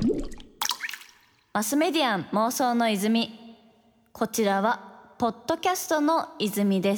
マスメディアン妄想の泉。こちらはポッドキャストの泉です。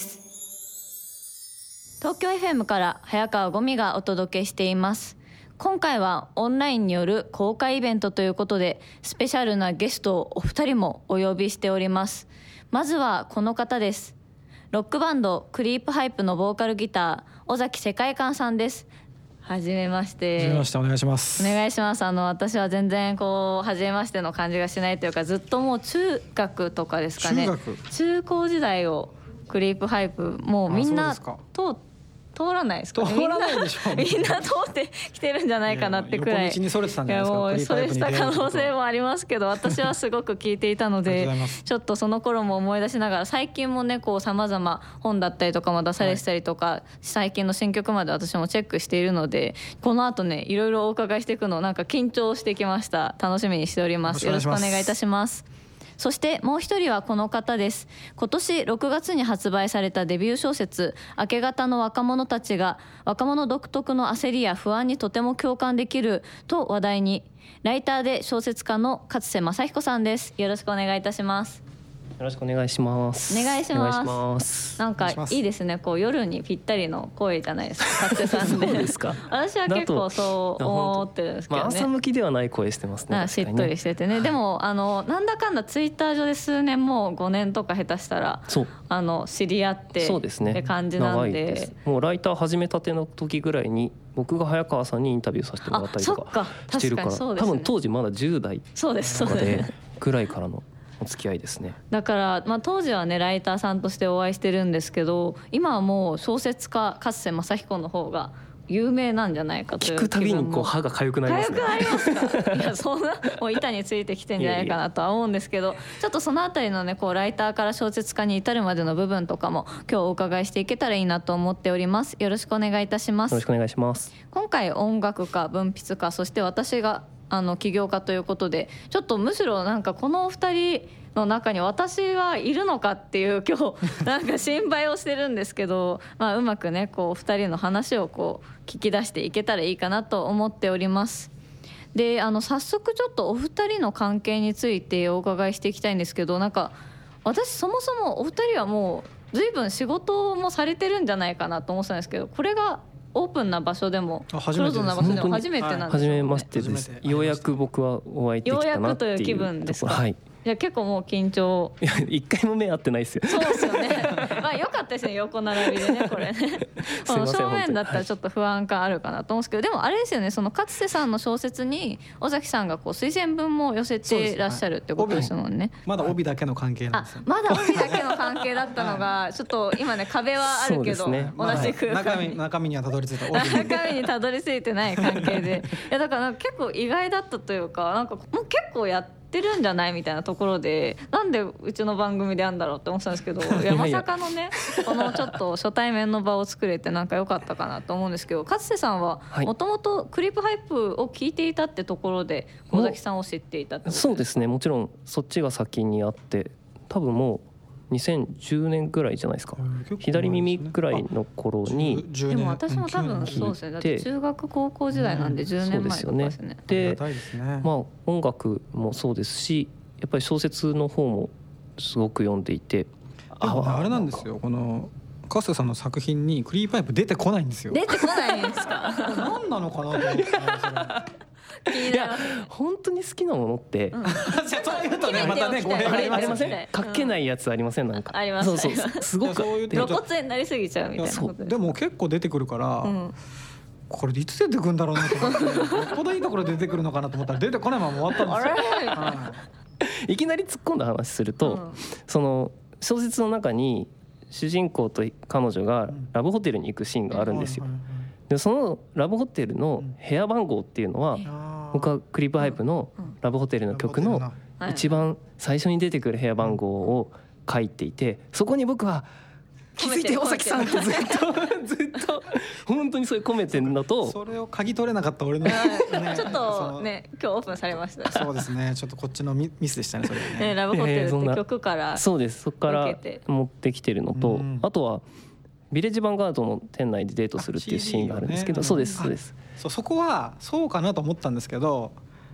東京 FM から早川ゴミがお届けしています。今回はオンラインによる公開イベントということで、スペシャルなゲストをお二人もお呼びしております。まずはこの方です。ロックバンドクリープハイプのボーカルギター尾崎世界観さんです。はじめまして。 はじめまして、お願いします。 お願いします。私は全然はじめましての感じがしないというか、ずっともう中学とかですかね。中高時代をクリープハイプ、もうみんな通らないですかね。 通らないでしょう。 みんな通ってきてるんじゃないかなってくらい。 横道にそれてたんじゃないですか。 もうそれした可能性もありますけど、私はすごく聞いていたのでちょっとその頃も思い出しながら、最近もねさまざま本だったりとかも出されてたりとか、最近の新曲まで私もチェックしているので、この後ねいろいろお伺いしていくのなんか緊張してきました。楽しみにしております。よろしくお願いいたします。そしてもう一人はこの方です。今年6月に発売されたデビュー小説明け方の若者たちが若者独特の焦りや不安にとても共感できると話題に、ライターで小説家の勝瀬正彦さんです。よろしくお願いいたします。 よろしくお願いします。 お願いします。なんかいいですね、夜にぴったりの声じゃないですか、勝瀬さんで。 そうですか。 私は結構そう思ってるんですけどね。 朝向きではない声してますね。 しっとりしててね。でもなんだかんだツイッター上で数年、もう5年とか下手したら知り合ってって感じなんで、 もうライター始めたての時ぐらいに僕が早川さんにインタビューさせてもらったりとかしてるから、多分当時まだ10代とかでぐらいからのお付き合いですね。 だから、当時はねライターさんとしてお会いしてるんですけど、今はもう小説家勝瀬正彦の方が有名なんじゃないかという聞くたびに歯が痒くなりますね。 痒くなりますか。いやそんなもう板についてきてんじゃないかなとは思うんですけど、ちょっとそのあたりのねライターから小説家に至るまでの部分とかも今日お伺いしていけたらいいなと思っております。よろしくお願いいたします。 よろしくお願いします。 今回音楽家、文筆家、そして私が起業家ということで、ちょっとむしろなんかこのお二人の中に私はいるのかっていう今日なんか心配をしてるんですけど、うまくね二人の話を聞き出していけたらいいかなと思っております。で早速ちょっとお二人の関係についてお伺いしていきたいんですけど、なんか私そもそもお二人はもう随分仕事もされてるんじゃないかなと思ってたんですけど、これがオープンな場所でもクローズな場所でも初めてなんですよね。 初めましてです。ようやく僕はお会いできたなっていう。 ようやくという気分ですか。 はい。 いや結構もう緊張。 いや一回も目合ってないですよ。 そうですよね。良かったですね、横並びでねこれね。正面だったらちょっと不安感あるかなと思うんですけど、でもあれですよね、その勝瀬さんの小説に尾崎さんが推薦文も寄せてらっしゃるってことですもんね。 まだ帯だけの関係なんですよ。 まだ帯だけの関係だったのがちょっと今ね壁はあるけど、同じく中身にはたどり着いた。 中身にたどり着いてない関係で、いやだから結構意外だったというか、なんかもう結構やってるんじゃないみたいなところで、なんでうちの番組でやんだろうって思ってたんですけど、いやまさかのねこのちょっと初対面の場を作れてなんか良かったかなと思うんですけど、勝瀬さんはもともとクリープハイプを聞いていたってところで尾崎さんを知っていたってことですか。 そうですね、もちろんそっちが先にあって、多分もう2010年ぐらいじゃないですか。左耳ぐらいの頃に。 でも私も多分そうですね。だって中学高校時代なんで10年前とかですね。 で、音楽もそうですし、やっぱり小説の方もすごく読んでいて、 あれなんですよ、この勝瀬さんの作品にクリープハイプ出てこないんですよ。 出てこないんですか。 何なのかなと思って。 いや本当に好きなものって、 そういうとねまたねありません。書けないやつありません。なんかあります。 そうすごく露骨になりすぎちゃうみたいなことで。 でも結構出てくるから、これいつ出てくるんだろうなと思って、よっぽどいいところで出てくるのかなと思ったら出てこないまま終わったんですよ。 いきなり突っ込んだ話すると、その小説の中に主人公と彼女がラブホテルに行くシーンがあるんですよ。でそのラブホテルの部屋番号っていうのは、僕はクリープハイプのラブホテルの曲の一番最初に出てくる部屋番号を書いていて、そこに僕は気づいて尾崎さんってずっと本当にそれ込めてるのと、 それを嗅ぎ取れなかった俺のちょっとね今日オープンされました。 そうですね、ちょっとこっちのミスでしたねそれね。 ラブホテルって曲からそうです、そこから持ってきてるのと、あとはビレッジヴァンガードの店内でデートするっていうシーンがあるんですけど、そうです。 そこはそうかなと思ったんですけど、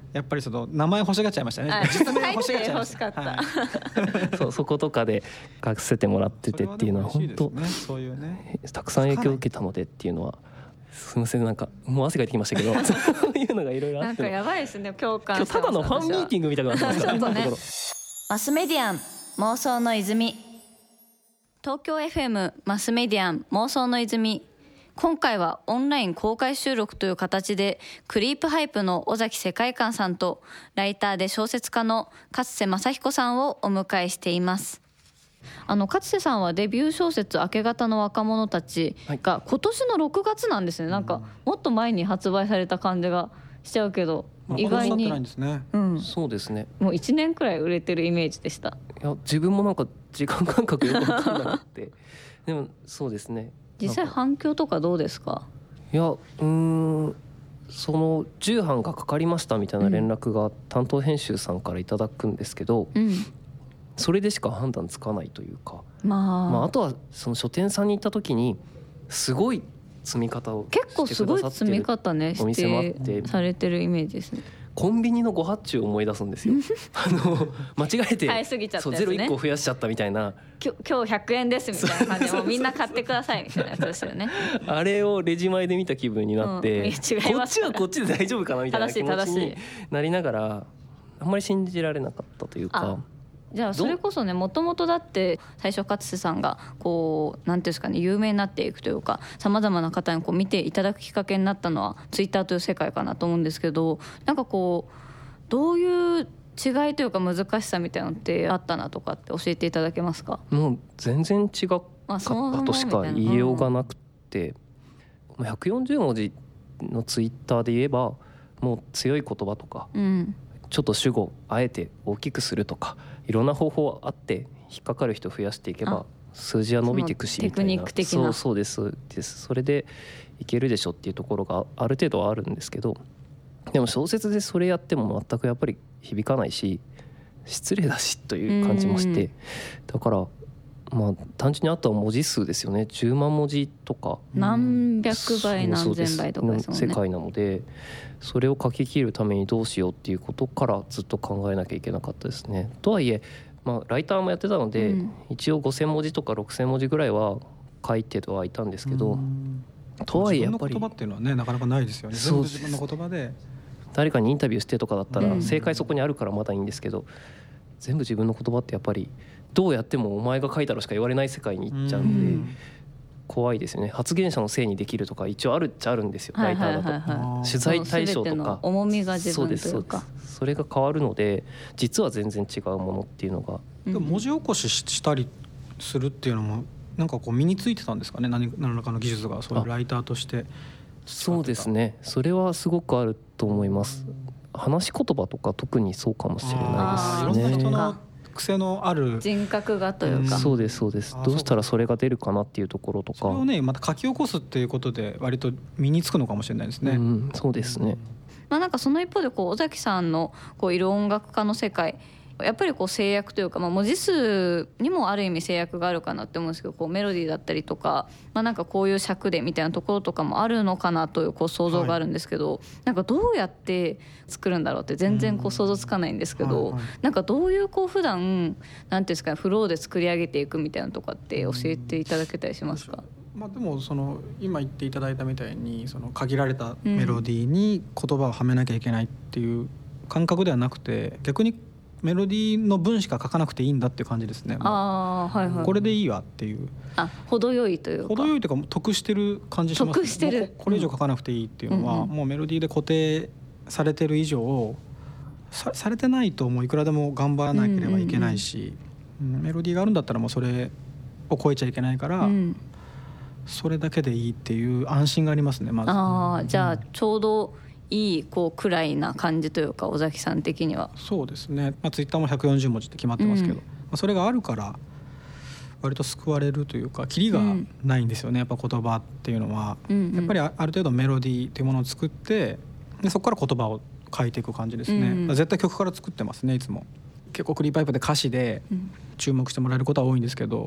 やっぱりその名前欲しがっちゃいましたね。 実名欲しがっちゃいました。 そことかで書かせてもらっててっていうのは本当そういうねたくさん影響を受けたのでっていうのは。すみません、なんかもう汗かいてきましたけどそういうのがいろいろあって、 なんかやばいですね、共感。 今日ただのファンミーティングみたいになってますからね。 マスメディアン妄想の泉、東京 FM マスメディアン妄想の泉。今回はオンライン公開収録という形でクリープハイプの尾崎世界観さんとライターで小説家の勝瀬正彦さんをお迎えしています。勝瀬さんはデビュー小説明け方の若者たちが今年の6月なんですね。なんかもっと前に発売された感じがしちゃうけど、意外に、 そうですね、 もう1年くらい売れてるイメージでした。 いや自分もなんか時間感覚よく分かんなくてでもそうですね、 実際反響とかどうですか？ いやその10版がかかりましたみたいな連絡が担当編集さんからいただくんですけど、それでしか判断つかないというか、あとはその書店さんに行った時にすごい積み方を結構すごい積み方ねしてされてるイメージですね。 コンビニのご発注を思い出すんですよ間違えて買いすぎちゃったやつね、 ゼロ1個増やしちゃったみたいな、 今日100円ですみたいな感じでもうみんな買ってくださいみたいなやつですよねあれをレジ前で見た気分になって、こっちはこっちで大丈夫かなみたいな気持ちになりながら、あんまり信じられなかったというか。 じゃあそれこそね、もともとだって最初勝瀬さんがこうなんていうんですかね、有名になっていくというかさまざまな方にこう見ていただくきっかけになったのはツイッターという世界かなと思うんですけど、なんかこうどういう違いというか難しさみたいなのってあったなとかって教えていただけますか？ もう全然違かったとしか言いようがなくて、140文字のツイッターで言えばもう強い言葉とか、ちょっと主語あえて大きくするとかいろんな方法あって引っかかる人増やしていけば数字は伸びていくしみたいな、 テクニック的な、 そうですそれでいけるでしょっていうところがある程度はあるんですけど、でも小説でそれやっても全くやっぱり響かないし失礼だしという感じもして、だから単純にあとは文字数ですよね。10万文字とか何百倍何千倍とかですもんね、 世界なのでそれを書き切るためにどうしようっていうことからずっと考えなきゃいけなかったですね。とはいえ、ライターもやってたので、一応5000文字とか6000文字ぐらいは書いてはいたんですけど、とはいえやっぱり自分の言葉っていうのはねなかなかないですよね。全部自分の言葉で誰かにインタビューしてとかだったら正解そこにあるからまだいいんですけど、全部自分の言葉ってやっぱりどうやってもお前が書いたろしか言われない世界に行っちゃうんで怖いですよね。発言者のせいにできるとか一応あるっちゃあるんですよ、ライターだと。取材対象とか重みが自分というかそれが変わるので実は全然違うものっていうのが、 文字起こししたりするっていうのもなんかこう身についてたんですかね。何らかの技術がそういうライターとしてそうですね、それはすごくあると思います。話し言葉とか特にそうかもしれないですね。 いろんな人の癖のある人格がというか、 そうですそうです。どうしたらそれが出るかなっていうところとか、 それをねまた書き起こすっていうことで割と身につくのかもしれないですね。 そうですね。 なんかその一方でこう尾崎さんのこういる音楽家の世界、やっぱりこう制約というか、文字数にもある意味制約があるかなって思うんですけど、こうメロディーだったりとか、なんかこういう尺でみたいなところとかもあるのかなというこう想像があるんですけど、なんかどうやって作るんだろうって全然こう想像つかないんですけど、なんかどういうこう普段なんていうんですか、フローで作り上げていくみたいなとかって教えていただけたりしますか？ でもその今言っていただいたみたいにその限られたメロディーに言葉をはめなきゃいけないっていう感覚ではなくて、逆にメロディーの文しか書かなくていいんだっていう感じですね。これでいいわっていう、 程よいというか、 程よいというか得してる感じしますね。 得してる、 これ以上書かなくていいっていうのは、もうメロディーで固定されてる以上 されてないともういくらでも頑張らなければいけないし、メロディーがあるんだったらもうそれを超えちゃいけないから、それだけでいいっていう安心がありますね。まずじゃあちょうどいいこうくらいな感じというか、尾崎さん的には。 そうですね、ツイッターも140文字って決まってますけど、それがあるから割と救われるというか、キリがないんですよね。やっぱ言葉っていうのは、やっぱりある程度メロディーっていうものを作って、でそこから言葉を書いていく感じですね。絶対曲から作ってますね、いつも。結構クリーパイプで歌詞で注目してもらえることは多いんですけど、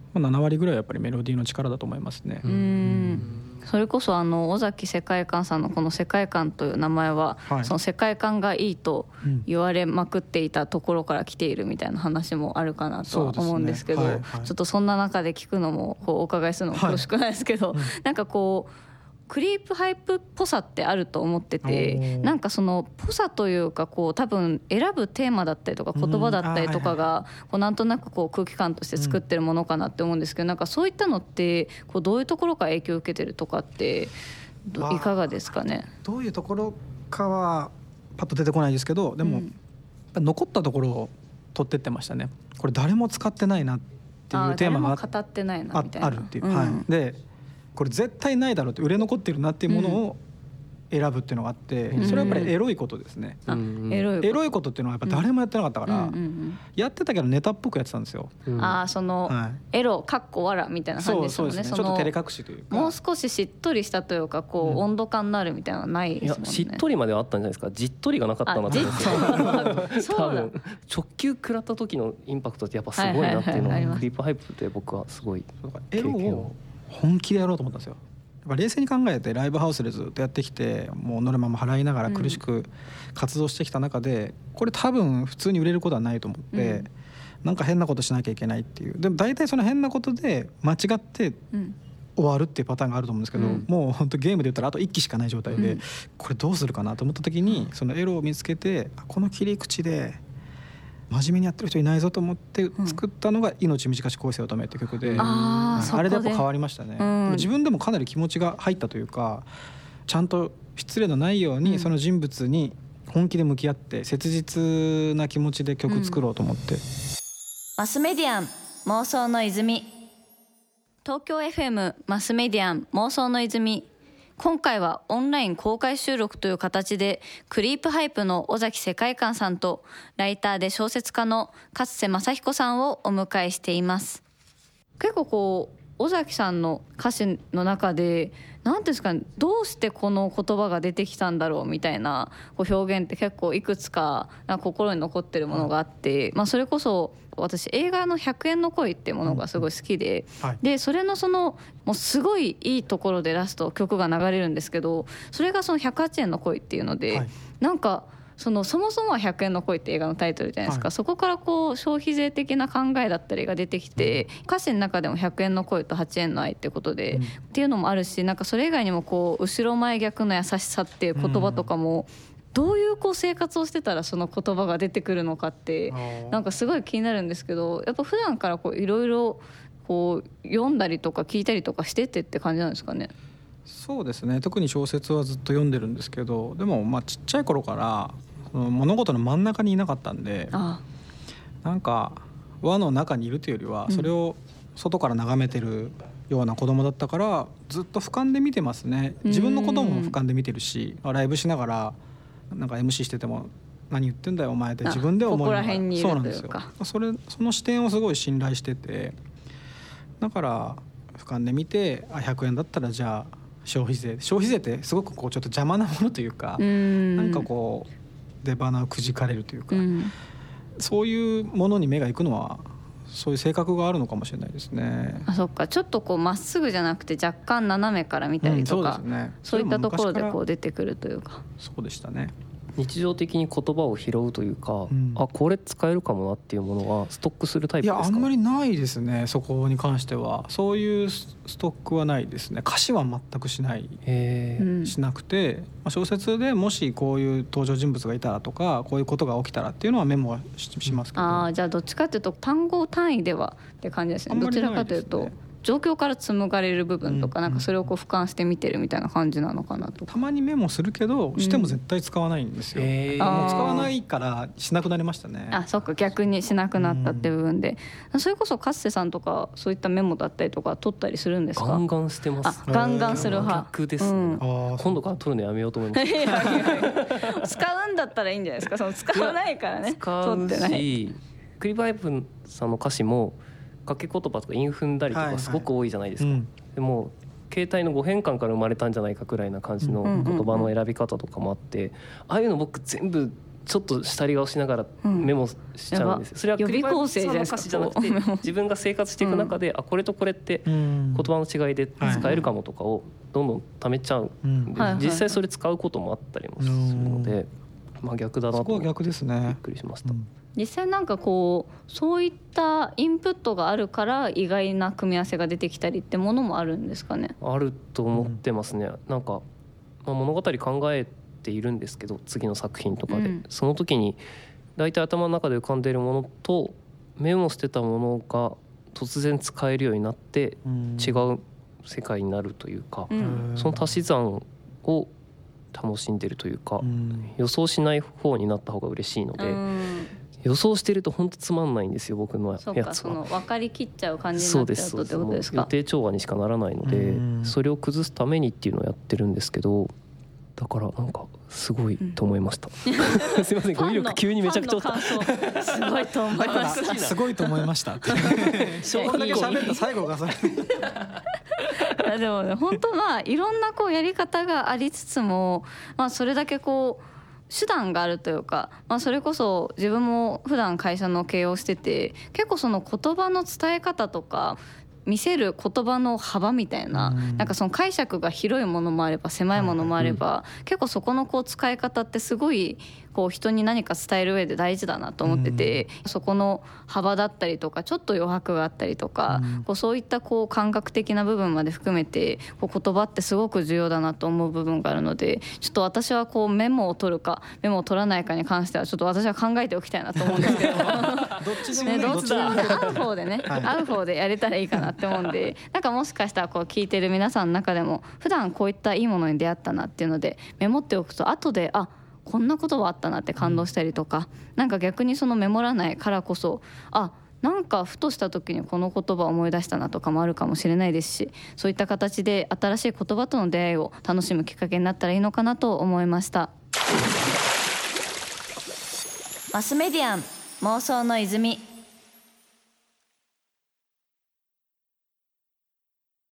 7割ぐらいやっぱりメロディーの力だと思いますね。 それこそ尾崎世界観さんのこの世界観という名前は、はい、その世界観がいいと言われまくっていたところから来ているみたいな話もあるかなとは思うんですけど、はいはい、ちょっとそんな中で聞くのもお伺いするのもよろしくないですけど、はい、なんかこうクリープハイプっぽさってあると思ってて、なんかそのぽさというかこう多分選ぶテーマだったりとか言葉だったりとかがこうなんとなくこう空気感として作ってるものかなって思うんですけど、なんかそういったのってこうどういうところから影響を受けてるとかっていかがですかね。 どういうところかはパッと出てこないですけど、でも、残ったところを取ってってましたね。これ誰も使ってないなっていうテーマが語ってないなみたいなあるっていう、はい、でこれ絶対ないだろうって売れ残ってるなっていうものを選ぶっていうのがあって、それはやっぱりエロいことですね。エロいことっていうのはやっぱ誰もやってなかったから、やってたけどネタっぽくやってたんですよ。 そのエロかっこわらみたいな感じですよね。 ちょっと照れ隠しというか、 もう少ししっとりしたというかこう温度感のあるみたいなのはないですもんね。 しっとりまではあったんじゃないですか。じっとりがなかったなと思って多分直球食らった時のインパクトってやっぱすごいなっていうのをクリープハイプで僕はすごいエロを本気でやろうと思ったんですよ。やっぱ冷静に考えてライブハウスでずっとやってきて、もうノルマも払いながら苦しく活動してきた中で、これ多分普通に売れることはないと思って、なんか変なことしなきゃいけないっていう。でも大体その変なことで間違って終わるっていうパターンがあると思うんですけど、もう本当ゲームで言ったらあと1機しかない状態で、これどうするかなと思った時にそのエロを見つけて、この切り口で真面目にやってる人いないぞと思って作ったのが命短し恋せよ乙女って曲で、あれでやっぱ変わりましたね。自分でもかなり気持ちが入ったというか、ちゃんと失礼のないようにその人物に本気で向き合って切実な気持ちで曲作ろうと思って、 マスメディアン妄想の泉、東京 FM マスメディアン妄想の泉。今回はオンライン公開収録という形でクリープハイプの尾崎世界観さんとライターで小説家の勝瀬正彦さんをお迎えしています。結構こう尾崎さんの歌詞の中で何ですかね、どうしてこの言葉が出てきたんだろうみたいなこう表現って結構いくつか心に残ってるものがあって、それこそ私映画の100円の恋っていうものがすごい好きで、でそれのもうすごいいいところでラスト曲が流れるんですけど、それがその108円の恋っていうので、なんかそもそもは100円の恋って映画のタイトルじゃないですか、そこからこう消費税的な考えだったりが出てきて、歌詞の中でも100円の恋と8円の愛ってことで、っていうのもあるし、なんかそれ以外にもこう後ろ前逆の優しさっていう言葉とかも、どういうこう生活をしてたらその言葉が出てくるのかってなんかすごい気になるんですけど、やっぱ普段からこういろいろこう読んだりとか聞いたりとかしてって感じなんですかね。 そうですね、特に小説はずっと読んでるんですけど、でもちっちゃい頃からその物事の真ん中にいなかったんで、なんか輪の中にいるというよりはそれを外から眺めてるような子供だったから、ずっと俯瞰で見てますね。自分のことも俯瞰で見てるし、ライブしながらなんか MC してても何言ってんだよお前って自分で思いながら、 ここら辺にいるというか、 その視点をすごい信頼してて、だから俯瞰で見て100円だったらじゃあ消費税ってすごくこうちょっと邪魔なものというか、なんかこう出花をくじかれるというか、そういうものに目がいくのはそういう性格があるのかもしれないですね。 そっか、ちょっとこうまっすぐじゃなくて若干斜めから見たりとか、そういったところでこう出てくるというか。 そうでしたね。 日常的に言葉を拾うというか、これ使えるかもなっていうものはストックするタイプですか？ いや、あんまりないですね。そこに関してはそういうストックはないですね。歌詞は全くしなくて、小説でもしこういう登場人物がいたらとか、こういうことが起きたらっていうのはメモは しますけど、 じゃあどっちかというと単語単位ではって感じですね。どちらかというと状況から紡がれる部分とか、なんかそれをこう俯瞰して見てるみたいな感じなのかなと。 たまにメモするけどしても絶対使わないんですよ。もう使わないからしなくなりましたね。 そっか、逆にしなくなったって部分で、それこそ勝瀬さんとかそういったメモだったりとか取ったりするんですか？ ガンガンしてます。 ガンガンする派。 逆ですね。今度から取るのやめようと思います。 使うんだったらいいんじゃないですか。使わないからね。 使うし、クリバイプさんの歌詞も掛け言葉とか韻踏んだりとかすごく多いじゃないですか。でも携帯の5変換から生まれたんじゃないかくらいな感じの言葉の選び方とかもあって、ああいうの僕全部ちょっと下り顔しながらメモしちゃうんですよ。それは予備校生じゃないですか。 歌詞じゃなくて自分が生活していく中で、あこれとこれって言葉の違いで使えるかもとかをどんどん貯めちゃうんで、実際それ使うこともあったりもするので、まあ逆だなと。そこは逆ですね。 びっくりしました。 実際なんかこうそういったインプットがあるから意外な組み合わせが出てきたりってものもあるんですかね。 あると思ってますね。なんか、まあ、物語考えているんですけど次の作品とかで、その時に大体頭の中で浮かんでいるものとメモしてたものが突然使えるようになって違う世界になるというか、その足し算を楽しんでるというか、予想しない方になった方が嬉しいので、予想してると本当つまんないんですよ僕のやつは。 そうか、その分かりきっちゃう感じになっちゃうとってことですか。 予定調和にしかならないので、それを崩すためにっていうのをやってるんですけど、だからなんかすごいと思いました、すいません語彙力急にめちゃくちゃすごいと思いましたすごいと思いましたってこれだけ喋った最後がそれでもね本当まあいろんなこうやり方がありつつも、まあ、それだけこう手段があるというか、まあ、それこそ自分も普段会社の経営をしてて結構その言葉の伝え方とか見せる言葉の幅みたいな、なんかその解釈が広いものもあれば狭いものもあれば、結構そこのこう使い方ってすごいこう人に何か伝える上で大事だなと思ってて、そこの幅だったりとかちょっと余白があったりとか、こうそういったこう感覚的な部分まで含めてこう言葉ってすごく重要だなと思う部分があるので、ちょっと私はこうメモを取るかメモを取らないかに関してはちょっと私は考えておきたいなと思うんですけどどっちでも合う方でね、合う方でやれたらいいかなって思うんで、なんかもしかしたらこう聞いてる皆さんの中でも普段こういったいいものに出会ったなっていうのでメモっておくと後でこんなことはあったなって感動したりとか、なんか逆にそのメモらないからこそなんかふとした時にこの言葉を思い出したなとかもあるかもしれないですし、そういった形で新しい言葉との出会いを楽しむきっかけになったらいいのかなと思いました。マスメディアン妄想の泉。